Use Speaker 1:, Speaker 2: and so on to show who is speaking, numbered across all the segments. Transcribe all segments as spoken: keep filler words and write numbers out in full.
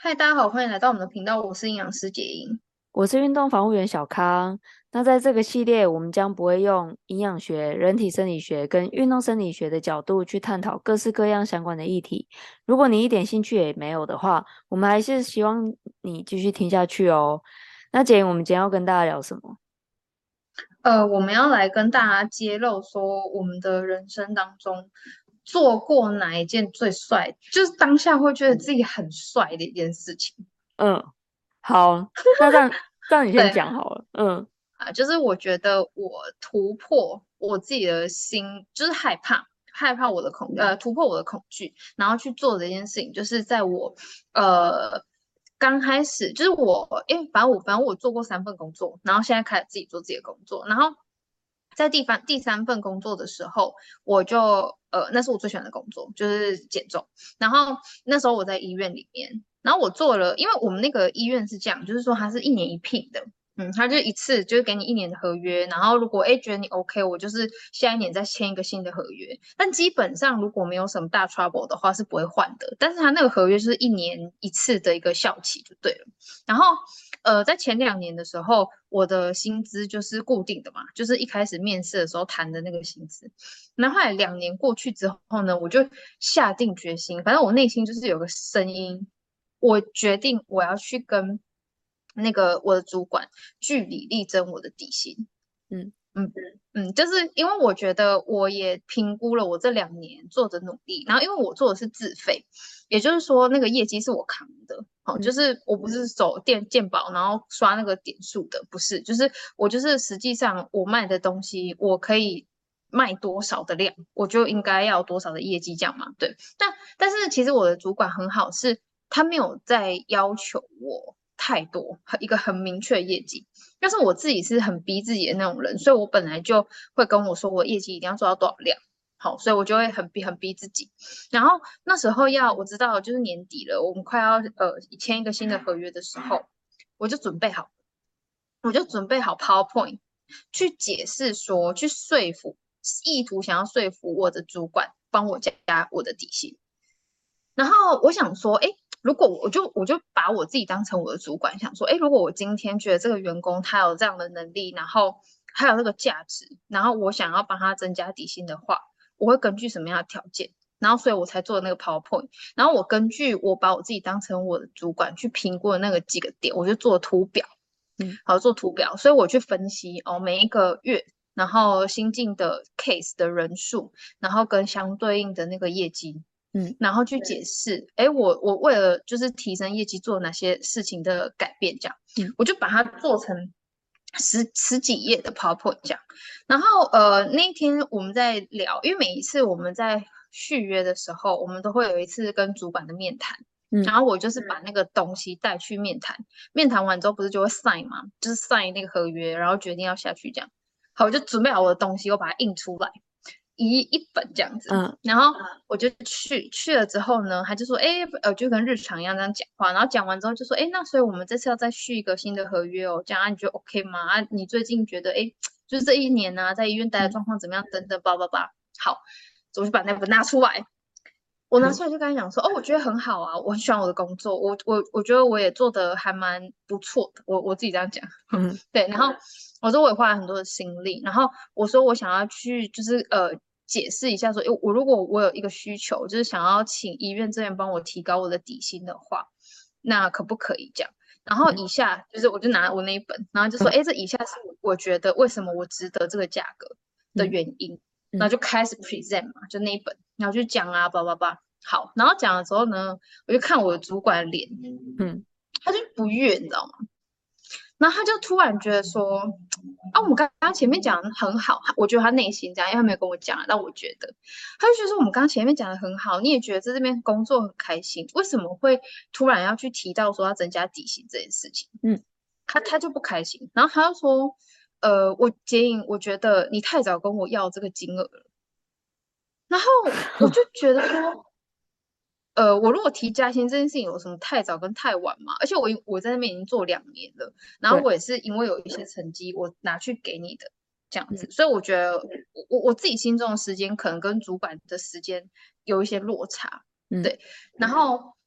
Speaker 1: 嗨，大家好，欢迎来到我们的频道，我是营养师杰英。
Speaker 2: 我是运动防护员小康。那在这个系列，我们将不会用营养学、人体生理学跟运动生理学的角度去探讨各式各样相关的议题。如果你一点兴趣也没有的话，我们还是希望你继续听下去哦。那姐，我们今天要跟大家聊什么？
Speaker 1: 呃，我们要来跟大家揭露说，我们的人生当中做过哪一件最帅，就是当下会觉得自己很帅的一件事情。
Speaker 2: 嗯，好，那这样这样你先
Speaker 1: 对
Speaker 2: 讲好了。嗯
Speaker 1: 啊，就是我觉得我突破我自己的心，就是害怕，害怕我的恐，呃，突破我的恐惧，然后去做这件事情，就是在我呃刚开始，就是我，因为反正我反正我做过三份工作，然后现在开始自己做自己的工作，然后在第三第三份工作的时候，我就呃那是我最喜欢的工作，就是减重，然后那时候我在医院里面。然后我做了，因为我们那个医院是这样，就是说它是一年一聘的，嗯，他就一次就是给你一年的合约，然后如果哎觉得你 OK，我就是下一年再签一个新的合约。但基本上如果没有什么大 trouble 的话是不会换的，但是他那个合约就是一年一次的一个效期就对了。然后呃，在前两年的时候，我的薪资就是固定的嘛，就是一开始面试的时候谈的那个薪资。然后后来两年过去之后呢，我就下定决心，反正我内心就是有个声音，我决定我要去跟那个我的主管据理力争我的底薪。
Speaker 2: 嗯
Speaker 1: 嗯嗯，就是因为我觉得我也评估了我这两年做的努力，然后因为我做的是自费，也就是说那个业绩是我扛的，好、
Speaker 2: 嗯
Speaker 1: 就是我不是走电健保然后刷那个点数的，不是，就是我就是实际上我卖的东西我可以卖多少的量，我就应该要多少的业绩这样嘛，对。但但是其实我的主管很好，是他没有在要求我太多，一个很明确的业绩。但是我自己是很逼自己的那种人，所以我本来就会跟我说我业绩一定要做到多少量，好，所以我就会很逼很逼自己。然后那时候要我知道就是年底了，我们快要呃签一个新的合约的时候，我就准备好，我就准备好 PowerPoint 去解释说，去说服，意图想要说服我的主管帮我加我的底薪。然后我想说，哎，如果我就我就把我自己当成我的主管，想说，哎，如果我今天觉得这个员工他有这样的能力，然后还有那个价值，然后我想要帮他增加底薪的话，我会根据什么样的条件？然后所以我才做那个 PowerPoint，然后我根据我把我自己当成我的主管去评估的那个几个点，我就做图表，
Speaker 2: 嗯
Speaker 1: 好做图表，所以我去分析哦每一个月，然后新进的 case 的人数，然后跟相对应的那个业绩。
Speaker 2: 嗯
Speaker 1: 然后去解释，哎，我我为了就是提升业绩做哪些事情的改变，这样，
Speaker 2: 嗯
Speaker 1: 我就把它做成十十几页的 PowerPoint 这样。然后呃那一天我们在聊，因为每一次我们在续约的时候，我们都会有一次跟主管的面谈。
Speaker 2: 嗯
Speaker 1: 然后我就是把那个东西带去面谈，面谈完之后不是就会 sign 吗？就是 sign 那个合约，然后决定要下去这样。好，我就准备好我的东西，我把它印出来，一一本这样子。
Speaker 2: 嗯
Speaker 1: 然后我就去去了之后呢，他就说，哎，呃，就跟日常一样这样讲话。然后讲完之后就说，哎，那所以我们这次要再续一个新的合约哦，这样啊，你觉得 OK 吗？啊，你最近觉得，哎，就是这一年呢、啊，在医院待的
Speaker 2: 嗯
Speaker 1: 状况怎么样？等等，叭叭叭。好，我就把那本拿出来。我拿
Speaker 2: 嗯
Speaker 1: 出来就跟他讲说，哦，我觉得很好啊，我很喜欢我的工作，我我我觉得我也做的还蛮不错的，我我自己这样讲。
Speaker 2: 嗯
Speaker 1: 对，然后我说我也花了很多的心力，然后我说我想要去就是呃解释一下说，诶我如果我有一个需求，就是想要请医院这边帮我提高我的底薪的话，那可不可以这样？然后
Speaker 2: 嗯
Speaker 1: 以下就是我就拿我那一本，然后就说，
Speaker 2: 嗯
Speaker 1: 哎，这以下是我我觉得为什么我值得这个价格的
Speaker 2: 嗯
Speaker 1: 原因，然后
Speaker 2: 嗯
Speaker 1: 就开始 present 嘛，就那一本，然后就讲啊，叭叭叭。好，然后讲了之后呢，我就看我的主管的脸，
Speaker 2: 嗯
Speaker 1: 他就不悦，你知道吗？然后他就突然觉得说，啊，我们刚刚前面讲的很好，我觉得他内心这样，因为他没有跟我讲，但我觉得他就觉得说我们刚刚前面讲的很好，你也觉得在这边工作很开心，为什么会突然要去提到说要增加底薪这件事情？
Speaker 2: 嗯
Speaker 1: 他他就不开心，然后他就说，呃，我建议我觉得你太早跟我要这个金额了，然后我就觉得说。呃，我如果提加薪这件事情有什么太早跟太晚嘛？而且我我在那边已经做两年了，然后
Speaker 2: 对
Speaker 1: 我也是因为有一些成绩，我拿去给你的这样
Speaker 2: 嗯
Speaker 1: 子，所以我觉得我我我自己心中的时间可能跟主管的时间有一些落差，
Speaker 2: 嗯
Speaker 1: 对。然后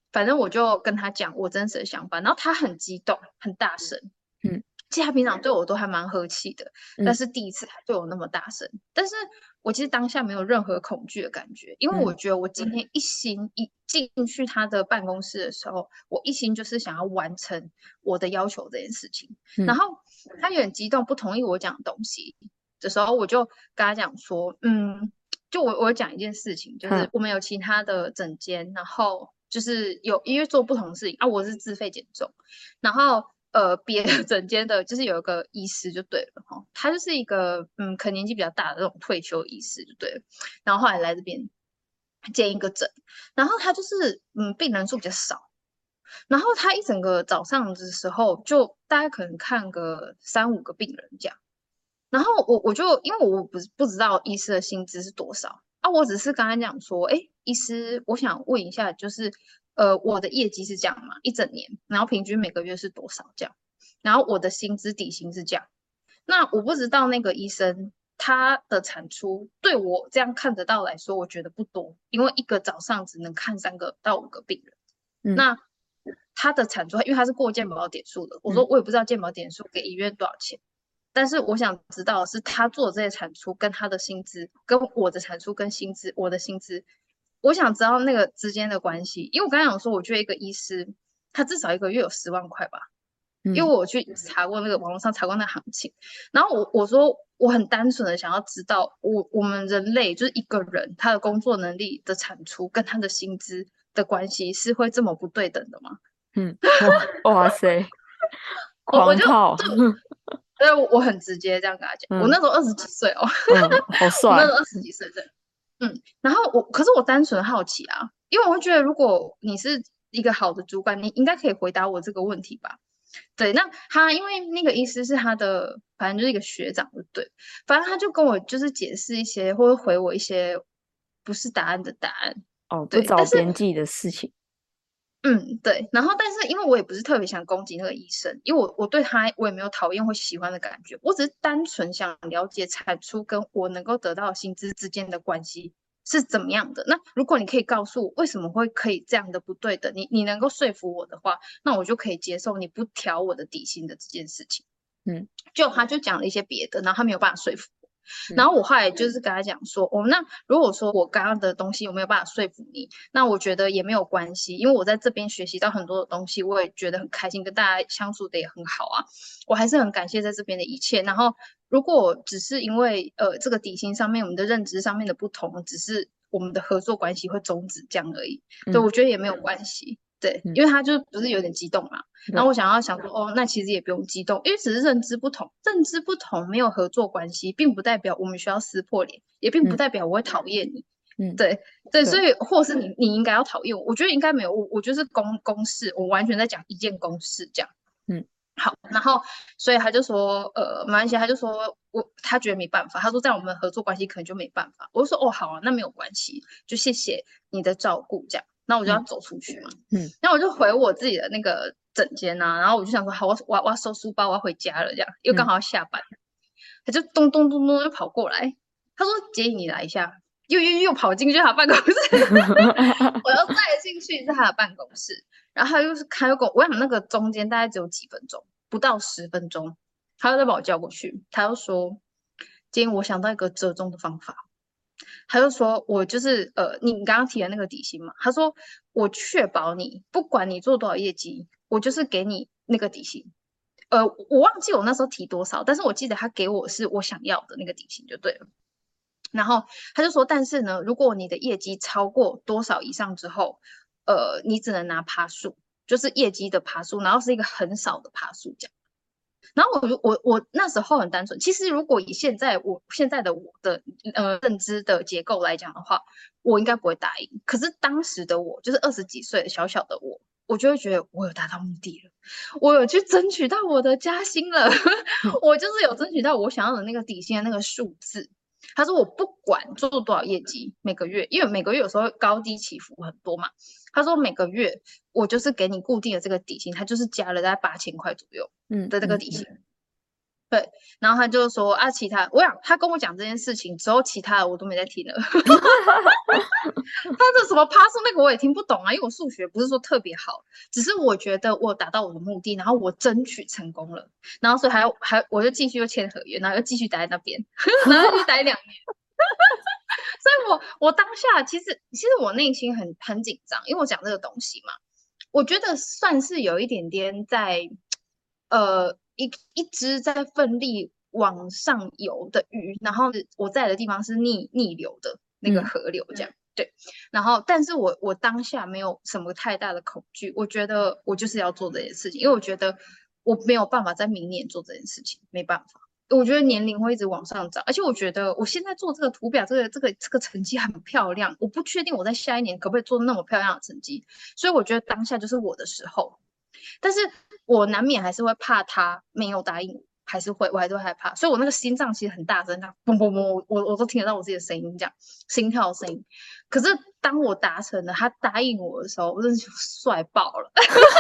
Speaker 1: 反正我就跟他讲我真实的想法，然后他很激动，很大声。
Speaker 2: 嗯
Speaker 1: 其实他平常对我都还蛮和气的，但
Speaker 2: 嗯
Speaker 1: 是第一次他对我那么大声，但是我其实当下没有任何恐惧的感觉，因为我
Speaker 2: 嗯
Speaker 1: 觉得我今天一心一进去他的办公室的时候，我一心就是想要完成我的要求这件事情。然
Speaker 2: 嗯
Speaker 1: 后他有点激动，不同意我讲的东西的时候，我就跟他讲说，嗯，就我我讲一件事情，就是
Speaker 2: 哼
Speaker 1: 我们有其他的诊间，然后就是有因为做不同的事情啊，我是自费减重，然后呃别的诊间的就是有一个医师就对了哈，他就是一个嗯可能年纪比较大的那种退休医师就对了，然后后来来这边见一个诊，然后他就是嗯病人数比较少。然后他一整个早上的时候，就大概可能看个三五个病人这样。然后我我就因为我不不知道医师的薪资是多少啊，我只是跟他讲说，哎，医师，我想问一下，就是呃，我的业绩是这样嘛，一整年，然后平均每个月是多少这样，然后我的薪资底薪是这样，那我不知道那个医生他的产出对我这样看得到来说，我觉得不多，因为一个早上只能看三个到五个病人，
Speaker 2: 嗯
Speaker 1: 那他的产出，因为他是过健保点数的，我说
Speaker 2: 嗯
Speaker 1: 我也不知道健保点数给医院多少钱。但是我想知道的是他做的这些产出跟他的薪资，跟我的产出跟薪资，我的薪资，我想知道那个之间的关系。因为我刚才讲说，我觉得一个医师他至少一个月有十万块吧，因为
Speaker 2: 嗯
Speaker 1: 我去查过那个网络上查过那行情，然后我我说我很单纯的想要知道，我我们人类就是一个人他的工作能力的产出跟他的薪资的关系是会这么不对等的吗？
Speaker 2: 嗯，哇哇塞，
Speaker 1: 我我就
Speaker 2: 狂套，
Speaker 1: 所以我很直接这样跟他讲，我那
Speaker 2: 嗯
Speaker 1: 时候二十几岁哦，
Speaker 2: 嗯，好帅，
Speaker 1: 我那时候二十几岁，对，嗯，然后我可是我单纯好奇啊，因为我会觉得如果你是一个好的主管，你应该可以回答我这个问题吧？对，那他因为那个医师是他的，反正就是一个学长，就对，反正他就跟我就是解释一些，或者回我一些不是答案的答案，
Speaker 2: 哦，不
Speaker 1: 对，
Speaker 2: 着
Speaker 1: 但是
Speaker 2: 边际的事情，
Speaker 1: 嗯，对，然后但是因为我也不是特别想攻击那个医生，因为我我对他我也没有讨厌或喜欢的感觉，我只是单纯想了解产出跟我能够得到的薪资之间的关系是怎么样的。那如果你可以告诉我为什么会可以这样的不对等，你你能够说服我的话，那我就可以接受你不调我的底薪的这件事情。
Speaker 2: 嗯
Speaker 1: 就他就讲了一些别的，然后他没有办法说服我。然
Speaker 2: 嗯
Speaker 1: 后我后来就是跟他讲说，哦，那如果说我刚刚的东西有没有办法说服你，那我觉得也没有关系，因为我在这边学习到很多的东西，我也觉得很开心，跟大家相处的也很好啊，我还是很感谢在这边的一切。然后如果只是因为呃这个底薪上面我们的认知上面的不同，只是我们的合作关系会终止这样而已，对
Speaker 2: 嗯
Speaker 1: 我觉得也没有关系。对，
Speaker 2: 嗯，
Speaker 1: 因为他就不是有点激动嘛，然
Speaker 2: 对，
Speaker 1: 后我想要想说，哦，那其实也不用激动，因为只是认知不同，认知不同没有合作关系，并不代表我们需要撕破脸，也并不
Speaker 2: 嗯
Speaker 1: 代表我会讨厌你。
Speaker 2: 嗯
Speaker 1: 对对，
Speaker 2: 对，
Speaker 1: 所以或是你你应该要讨厌我，我觉得应该没有，我我就是公公事，我完全在讲一件公事这样。
Speaker 2: 嗯
Speaker 1: 好，然后所以他就说，呃，没关系，他就说我他觉得没办法，他说在我们合作关系可能就没办法。我就说哦，好啊，那没有关系，就谢谢你的照顾这样。那我就要
Speaker 2: 嗯
Speaker 1: 走出去嘛，
Speaker 2: 嗯
Speaker 1: 然后我就回我自己的那个诊间啊，然后我就想说，好，我我我要收书包，我要回家了，这样，又刚
Speaker 2: 嗯
Speaker 1: 好要下班，他就咚咚咚咚就跑过来，他说：“姐，你来一下。”又又又跑进去他办公室，我要再进去是他的办公室，然后他又是他又跟我，我想那个中间大概只有几分钟，不到十分钟，他又再把我叫过去，他又说：“今天我想到一个折中的方法。”他就说我就是呃，你刚刚提的那个底薪嘛，他说我确保你不管你做多少业绩，我就是给你那个底薪。呃，我忘记我那时候提多少，但是我记得他给我是我想要的那个底薪就对了。然后他就说，但是呢，如果你的业绩超过多少以上之后，呃，你只能拿爬数，就是业绩的爬数，然后是一个很少的爬数这样。然后我我我那时候很单纯，其实如果以现在我现在的我的呃认知的结构来讲的话，我应该不会答应。可是当时的我，就是二十几岁小小的我，我就会觉得我有达到目的了，我有去争取到我的加薪了，我就是有争取到我想要的那个底薪的那个数字。他说我不管做多少业绩，每个月，因为每个月有时候高低起伏很多嘛。他说每个月我就是给你固定的这个底薪，他就是加了大概八千块左右
Speaker 2: 嗯
Speaker 1: 的这个
Speaker 2: 嗯
Speaker 1: 底薪。 对，然后他就说啊，其他我想他跟我讲这件事情之后，其他的我都没再听了。他的什么趴数那个我也听不懂啊，因为我数学不是说特别好，只是我觉得我达到我的目的，然后我争取成功了，然后所以还还我就继续又签合约，然后又继续待在那边，然后继续待两年。所以我我当下其实其实我内心很很紧张，因为我讲这个东西嘛，我觉得算是有一点点在呃一一只在奋力往上游的鱼，然后我在的地方是逆逆流的那个
Speaker 2: 嗯
Speaker 1: 河流这样。对，然后但是我我当下没有什么太大的恐惧，我觉得我就是要做这件事情，因为我觉得我没有办法在明年做这件事情，没办法。我觉得年龄会一直往上涨，而且我觉得我现在做这个图表，这个这个这个成绩很漂亮，我不确定我在下一年可不可以做那么漂亮的成绩，所以我觉得当下就是我的时候，但是我难免还是会怕他没有答应我，还是会我还是会害怕，所以我那个心脏其实很大声，它嘣嘣嘣，我我都听得到我自己的声音，这样心跳的声音。可是当我达成了他答应我的时候，我真的帅爆了。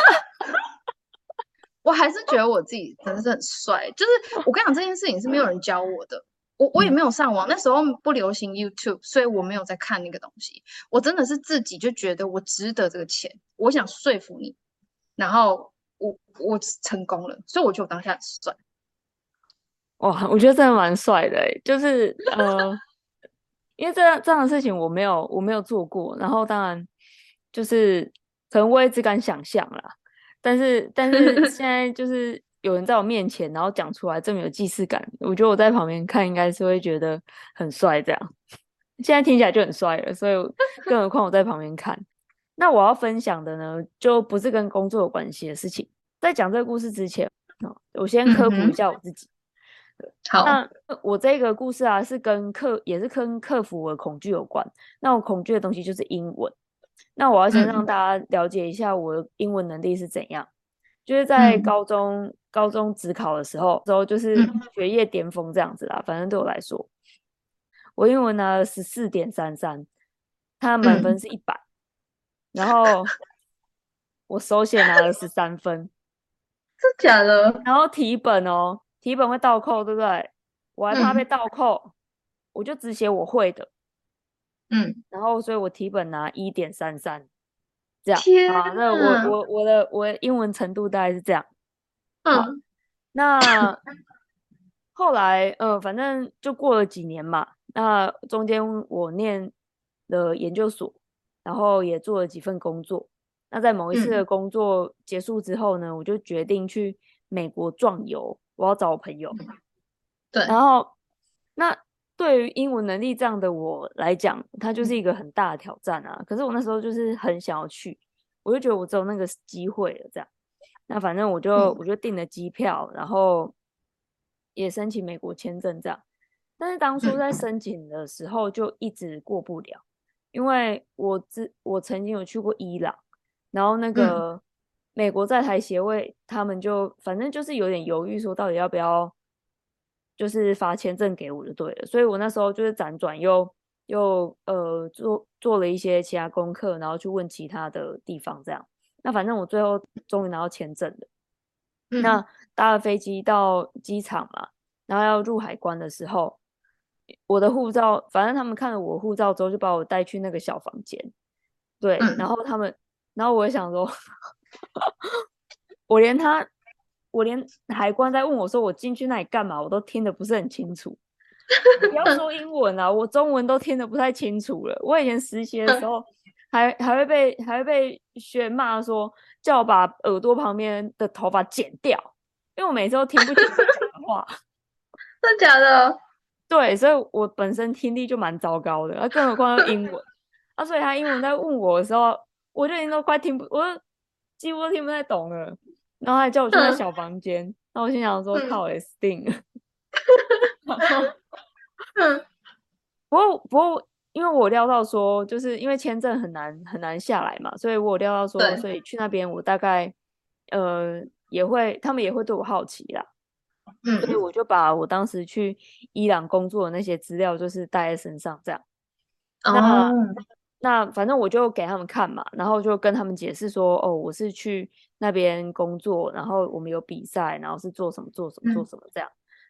Speaker 1: 我还是觉得我自己真的是很帅，就是我跟你讲这件事情是没有人教我的，我我也没有上网，那时候不流行 YouTube，所以我没有在看那个东西，我真的是自己就觉得我值得这个钱，我想说服你，然后我我成功了，所以我觉得我当下很帅。
Speaker 2: 哇，我觉得真的蛮帅的欸，就是呃，因为这样这样的事情我没有我没有做过，然后当然就是可能我也只敢想象啦，但是但是现在就是有人在我面前，然后讲出来这么有既视感，我觉得我在旁边看应该是会觉得很帅这样。现在听起来就很帅了，所以更何况我在旁边看。那我要分享的呢，就不是跟工作有关系的事情。在讲这个故事之前，我先科普一下我自己。
Speaker 1: 好，
Speaker 2: 那我这个故事啊，是跟克也是跟克服我的恐惧有关。那我恐惧的东西就是英文。那我要先让
Speaker 1: 嗯
Speaker 2: 大家了解一下我的英文能力是怎样。就是在
Speaker 1: 嗯
Speaker 2: 高中高中指考的时候，之后就是
Speaker 1: 嗯
Speaker 2: 学业巅峰这样子啦。反正对我来说，我英文拿了十四点三三，它满分
Speaker 1: 嗯，
Speaker 2: 是一百，然后我手写拿了十三分，
Speaker 1: 真假的？
Speaker 2: 然后题本哦，题本会倒扣，对不对？我还怕被
Speaker 1: 嗯
Speaker 2: 倒扣，我就只写我会的，
Speaker 1: 嗯，
Speaker 2: 然后所以我题本拿一点三三，这样
Speaker 1: 天
Speaker 2: 啊。那我
Speaker 1: 啊，
Speaker 2: 我我的我的英文程度大概是这样。好，
Speaker 1: 嗯
Speaker 2: 那后来呃，反正就过了几年嘛，那中间我念了研究所，然后也做了几份工作。那在某一次的
Speaker 1: 嗯，
Speaker 2: 工作结束之后呢，我就决定去美国壮游，我要找我朋友。
Speaker 1: 对，
Speaker 2: 然后，那对于英文能力这样的我来讲，它就是一个很大的挑战啊。可是我那时候就是很想要去，我就觉得我只有那个机会了，这样。那反正我就我
Speaker 1: 嗯
Speaker 2: 就订了机票，然后也申请美国签证这样。但是当初在
Speaker 1: 嗯
Speaker 2: 申请的时候就一直过不了，因为我之我曾经有去过伊朗，然后那
Speaker 1: 嗯
Speaker 2: 个美国在台协会他们就反正就是有点犹豫，说到底要不要就是发签证给我就对了。所以我那时候就是辗转又又呃做做了一些其他功课，然后去问其他的地方这样。那反正我最后终于拿到签证了。
Speaker 1: 嗯
Speaker 2: 那搭了飞机到机场嘛，然后要入海关的时候，我的护照，反正他们看了我护照之后，就把我带去那个小房间。对，然
Speaker 1: 嗯，
Speaker 2: 后他们，然后我就想说，我连他，我连海关在问我说我进去那里干嘛，我都听得不是很清楚。不要说英文啊，我中文都听得不太清楚了。我以前实习的时候还还会被还会被学骂说，叫我把耳朵旁边的头发剪掉，因为我每次都听不清他讲的话。
Speaker 1: 真的假的？
Speaker 2: 对，所以我本身听力就蛮糟糕的，更何况要英文。啊，所以他英文在问我的时候，我就已经都快听不，我就几乎都听不太懂了。然后还叫我去那
Speaker 1: 嗯
Speaker 2: 小房间，那我心想说，
Speaker 1: 嗯
Speaker 2: 靠，也死定了。然后
Speaker 1: 嗯，
Speaker 2: 不过不过，因为我料到说，就是因为签证很难很难下来嘛，所以我有料到说，
Speaker 1: 对，
Speaker 2: 所以去那边我大概呃也会，他们也会对我好奇啦，所以
Speaker 1: 嗯
Speaker 2: 我就把我当时去伊朗工作的那些资料，就是带在身上这样。那
Speaker 1: 哦，
Speaker 2: 那反正我就给他们看嘛，然后就跟他们解释说，哦，我是去那边工作，然后我们有比赛，然后是做什么做什么做
Speaker 1: 嗯
Speaker 2: 什么这样。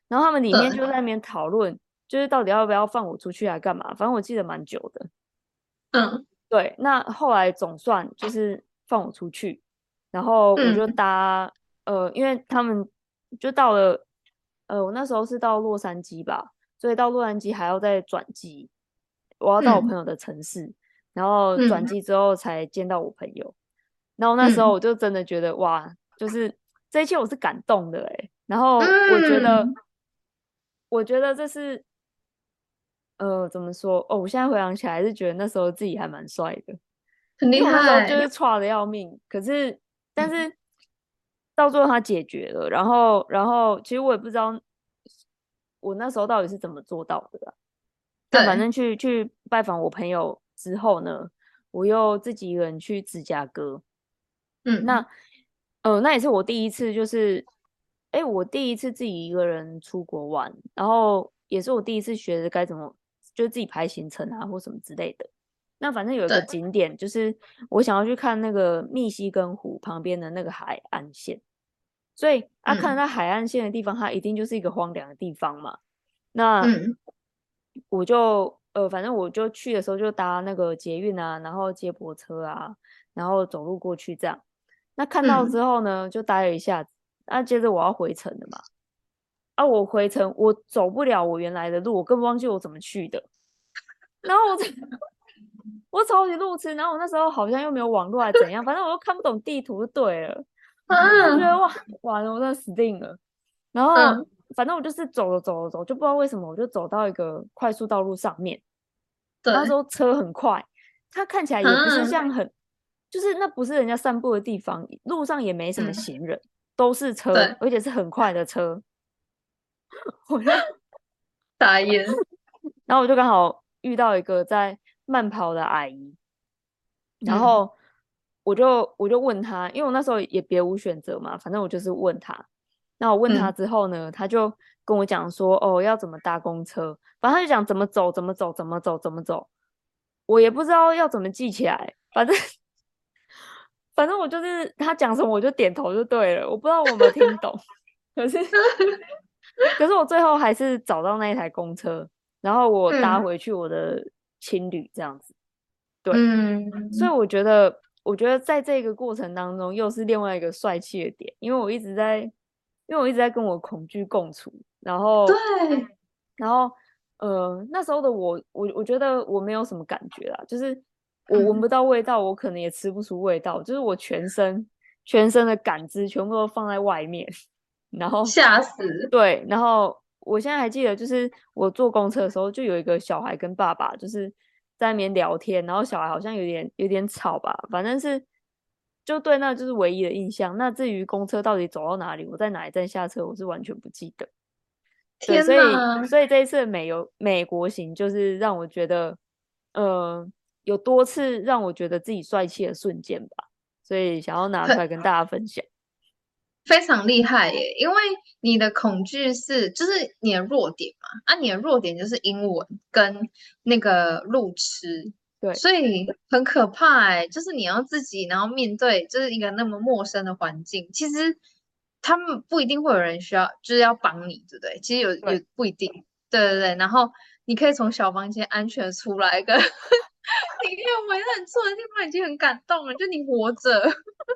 Speaker 2: 然后他们里面就
Speaker 1: 对，
Speaker 2: 在那边讨论，就是到底要不要放我出去还干嘛，反正我记得蛮久的。
Speaker 1: 嗯
Speaker 2: 对，那后来总算就是放我出去，然后我就
Speaker 1: 嗯
Speaker 2: 搭呃，因为他们就到了，呃，我那时候是到洛杉矶吧，所以到洛杉矶还要再转机，我要到我朋
Speaker 1: 嗯
Speaker 2: 友的城市，然后转
Speaker 1: 嗯
Speaker 2: 机之后才见到我朋友。然后那时候
Speaker 1: 嗯
Speaker 2: 我就真的觉得哇，就是这一切我是感动的诶。然后我觉得，
Speaker 1: 嗯，
Speaker 2: 我觉得这是呃怎么说哦，我现在回想起来是觉得那时候自己还蛮帅的。
Speaker 1: 很厉
Speaker 2: 因为我那时候
Speaker 1: 害。
Speaker 2: 就是差的要命，可是但是到最后他解决了，然后然后其实我也不知道我那时候到底是怎么做到的啦。但反
Speaker 1: 对，
Speaker 2: 正去去拜访我朋友之后呢，我又自己一个人去芝加哥。
Speaker 1: 嗯
Speaker 2: 那呃，那也是我第一次，就是哎，我第一次自己一个人出国玩，然后也是我第一次学着该怎么就自己排行程啊或什么之类的。那反正有一个
Speaker 1: 对，
Speaker 2: 景点，就是我想要去看那个密西根湖旁边的那个海岸线，所以啊，看
Speaker 1: 嗯
Speaker 2: 到海岸线的地方，它一定就是一个荒凉的地方嘛。那
Speaker 1: 嗯
Speaker 2: 我就呃，反正我就去的时候就搭那个捷运啊，然后接驳车啊，然后走路过去这样。那看到之
Speaker 1: 嗯，
Speaker 2: 后呢，就待了一下子，那接着我要回程了嘛。啊，我回程我走不了我原来的路，我更忘记我怎么去的。然后我我超级路痴，然后我那时候好像又没有网络还怎样，反正我又看不懂地图就对了。我就觉得
Speaker 1: 啊，
Speaker 2: 哇，完了，我真的死定了。然后
Speaker 1: 嗯，
Speaker 2: 反正我就是走着走着走，就不知道为什么我就走到一个快速道路上面，那时
Speaker 1: 对，
Speaker 2: 候车很快，它看起来也不是
Speaker 1: 啊，
Speaker 2: 像很，就是那不是人家散步的地方，路上也没什么
Speaker 1: 嗯，
Speaker 2: 行人，都是车，
Speaker 1: 对，
Speaker 2: 而且是很快的车。我就
Speaker 1: 打烟，
Speaker 2: 然后我就刚好遇到一个在慢跑的阿姨，然
Speaker 1: 嗯
Speaker 2: 后我就我就问他，因为我那时候也别无选择嘛，反正我就是问他。那我问他
Speaker 1: 嗯，
Speaker 2: 之后呢，他就跟我讲说，哦，要怎么搭公车，反正他就讲怎么走，怎么走，怎么走，怎么走。我也不知道要怎么记起来，反正反正我就是他讲什么我就点头就对了，我不知道我有没有听懂，可是可是我最后还是找到那一台公车，然后我搭
Speaker 1: 嗯
Speaker 2: 回去我的青旅这样子。对，所以
Speaker 1: 嗯，
Speaker 2: 我觉得，我觉得在这个过程当中，又是另外一个帅气的点，因为我一直在，因为我一直在跟我恐惧共处，然后，
Speaker 1: 对，
Speaker 2: 然后，呃，那时候的我，我我觉得我没有什么感觉啦，就是我闻
Speaker 1: 嗯，
Speaker 2: 不到味道，我可能也吃不出味道，就是我全身全身的感知全部都放在外面，然后，
Speaker 1: 吓死，
Speaker 2: 对，然后我现在还记得，就是我坐公车的时候，就有一个小孩跟爸爸就是在那边聊天，然后小孩好像有点有点吵吧，反正是就对，那就是唯一的印象。那至于公车到底走到哪里，我在哪一站下车，我是完全不记得。对，
Speaker 1: 天
Speaker 2: 所以
Speaker 1: 哪！
Speaker 2: 所以这一次的美游美国行，就是让我觉得，呃，有多次让我觉得自己帅气的瞬间吧，所以想要拿出
Speaker 1: 很
Speaker 2: 来跟大家分享。
Speaker 1: 非常厉害耶，因为你的恐惧是就是你的弱点嘛，啊，你的弱点就是英文跟那个路痴，
Speaker 2: 对
Speaker 1: 所以很可怕哎，就是你要自己然后面对就是一个那么陌生的环境，其实他们不一定会有人需要就是要帮你，对不对？其实有
Speaker 2: 对，
Speaker 1: 有不一定，对对对，然后你可以从小房间安全地出来，跟你可以回到你住的地方已经很感动了，就你活着。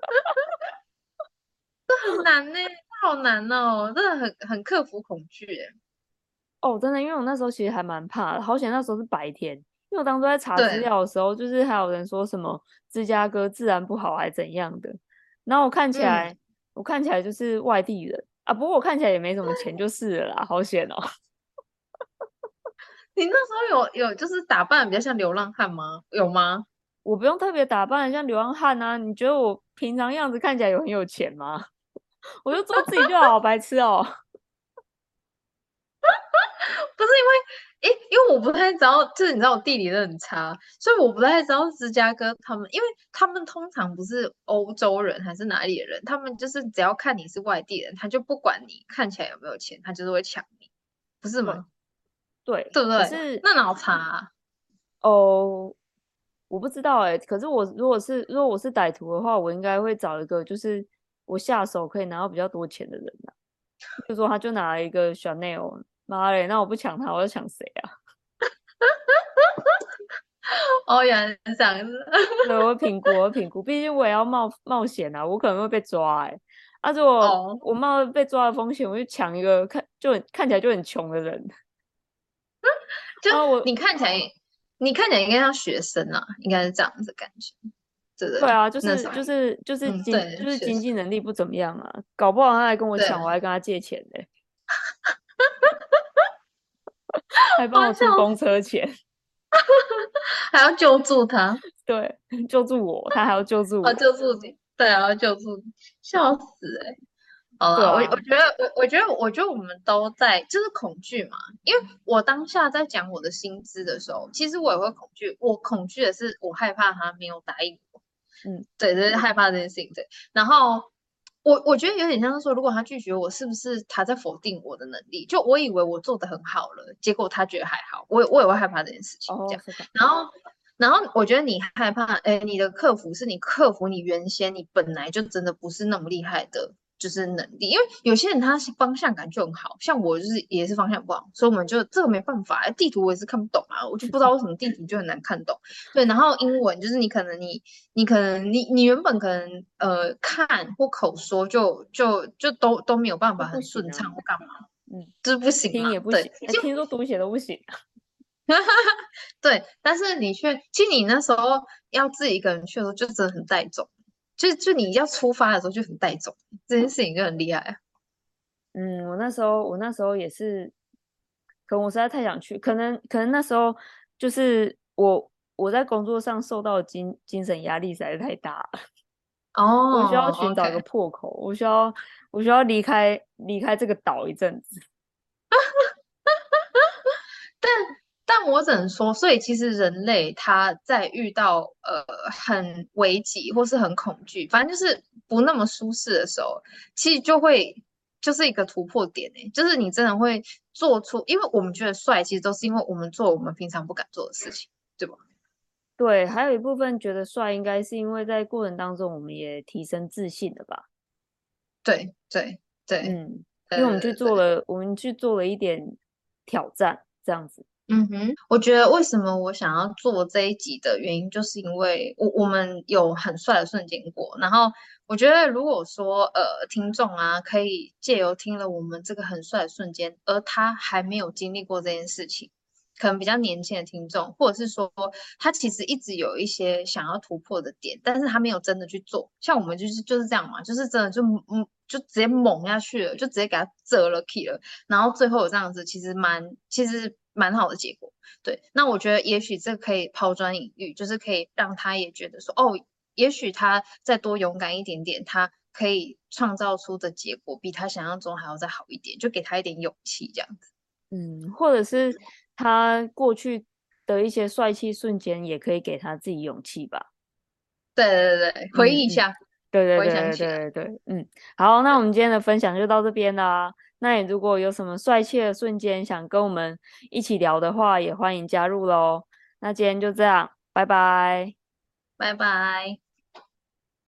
Speaker 1: 很难呢，好难哦，真的很很克服恐惧耶。
Speaker 2: 哦，真的，因为我那时候其实还蛮怕的，好险那时候是白天，因为我当初在查资
Speaker 1: 对，
Speaker 2: 料的时候，就是还有人说什么芝加哥治安不好还怎样的，然后我看起
Speaker 1: 嗯，
Speaker 2: 来，我看起来就是外地人啊，不过我看起来也没什么钱就是了啦，好险哦。
Speaker 1: 你那时候有有就是打扮得比较像流浪汉吗？有吗？
Speaker 2: 我不用特别打扮得像流浪汉啊，你觉得我平常样子看起来有很有钱吗？我就做自己就好，白痴哦。
Speaker 1: 不是因为，诶，因为我不太知道，就是你知道我地理真的很差，所以我不太知道芝加哥他们，因为他们通常不是欧洲人还是哪里的人，他们就是只要看你是外地人，他就不管你看起来有没有钱，他就是会抢你，不是
Speaker 2: 对
Speaker 1: 吗？
Speaker 2: 对，
Speaker 1: 对不对？
Speaker 2: 可是
Speaker 1: 那哪有差啊？
Speaker 2: 哦，我不知道哎、可是我如果是如果我是歹徒的话，我应该会找一个就是我下手可以拿到比较多钱的人啊。 就说他就拿了一个 Chanel，妈嘞，那我不抢他，我要抢谁啊？
Speaker 1: 哦，原来是这样子。
Speaker 2: 对，我会评估，我会评估，毕竟我也要冒冒险啊，我可能会被抓哎、欸。啊，如果
Speaker 1: 哦，
Speaker 2: 我冒被抓的风险，我就抢一个看就很看起来就很穷的人
Speaker 1: 就
Speaker 2: 啊，我
Speaker 1: 你看起来，你看起来应该像学生啊，应该是这样子的感觉，对不对？
Speaker 2: 对啊，就
Speaker 1: 那时候，
Speaker 2: 是就是就是
Speaker 1: 嗯，
Speaker 2: 经
Speaker 1: 对，
Speaker 2: 就是经
Speaker 1: 学生，
Speaker 2: 济能力不怎么样啊，搞不好他来跟我抢，我
Speaker 1: 对，
Speaker 2: 还跟他借钱嘞、还
Speaker 1: 好
Speaker 2: 帮我出公
Speaker 1: 笑，
Speaker 2: 车钱，
Speaker 1: 还要救助他，
Speaker 2: 对，救助我，他还要救助
Speaker 1: 啊，
Speaker 2: 我，
Speaker 1: 救助你，对啊，要救助你，笑死哎、欸好啦，我我
Speaker 2: 对啊，
Speaker 1: 觉得我我觉得我觉得我们都在就是恐惧嘛，因为我当下在讲我的薪资的时候，其实我也会恐惧，我恐惧的是我害怕他没有答应我，
Speaker 2: 嗯，
Speaker 1: 对，就是害怕这件事情，对。然后我我觉得有点像是说，如果他拒绝我，是不是他在否定我的能力？就我以为我做的很好了，结果他觉得还好，我我也会害怕这件事情，这
Speaker 2: 哦，
Speaker 1: 样。
Speaker 2: 是吧？
Speaker 1: 然后然后我觉得你害怕，哎，你的克服是你克服你原先你本来就真的不是那么厉害的。就是能力，因为有些人他是方向感就很好，像我就是也是方向不好，所以我们就这个没办法，地图我也是看不懂啊，我就不知道为什么地图就很难看懂。对，然后英文就是你可能你你可能你你原本可能呃看或口说就就就都都没有办
Speaker 2: 都
Speaker 1: 法很顺
Speaker 2: 不行啊，
Speaker 1: 畅或干嘛，
Speaker 2: 嗯，
Speaker 1: 就是不行嘛。对，
Speaker 2: 听也不行，哎，
Speaker 1: 就
Speaker 2: 听说读写都不行，
Speaker 1: 对，但是你却其实你那时候要自己一个人去的时候，就真的很带种，就就你要出发的时候就很带种，这件事情就很厉害啊。
Speaker 2: 嗯，我那时候我那时候也是，可能我实在太想去，可能可能那时候就是我我在工作上受到的精精神压力实在是太大了，我需要
Speaker 1: 哦
Speaker 2: 寻找一个
Speaker 1: ，OK。
Speaker 2: 破口，我需要我需要离开离开这个岛一阵子。
Speaker 1: 但我只能说，所以其实人类他在遇到呃很危急或是很恐惧，反正就是不那么舒适的时候，其实就会就是一个突破点诶，就是你真的会做出，因为我们觉得帅，其实都是因为我们做我们平常不敢做的事情，对吧？
Speaker 2: 对，还有一部分觉得帅，应该是因为在过程当中我们也提升自信了吧？
Speaker 1: 对对对，
Speaker 2: 嗯，因为我们去
Speaker 1: 对对对。
Speaker 2: 做了，我们去做了一点挑战，这样子。
Speaker 1: 嗯哼，我觉得为什么我想要做这一集的原因，就是因为我我们有很帅的瞬间过，然后我觉得如果说呃听众啊，可以借由听了我们这个很帅的瞬间，而他还没有经历过这件事情，可能比较年轻的听众，或者是说他其实一直有一些想要突破的点，但是他没有真的去做，像我们就是就是这样嘛，就是真的就嗯就直接猛下去了，就直接给他折了 key 了。然后最后有这样子，其实蛮其实蛮好的结果。对，那我觉得也许这可以抛砖引玉，就是可以让他也觉得说，哦，也许他再多勇敢一点点，他可以创造出的结果比他想象中还要再好一点，就给他一点勇气这样子。
Speaker 2: 嗯，或者是他过去的一些帅气瞬间，也可以给他自己勇气吧。
Speaker 1: 对对对，回
Speaker 2: 嗯嗯，
Speaker 1: 忆一下，
Speaker 2: 对对
Speaker 1: 回想
Speaker 2: 对
Speaker 1: 起来，
Speaker 2: 对对对，嗯，好，那我们今天的分享就到这边啦。那你如果有什么帅气的瞬间想跟我们一起聊的话，也欢迎加入喽。那今天就这样，拜拜。
Speaker 1: 拜拜。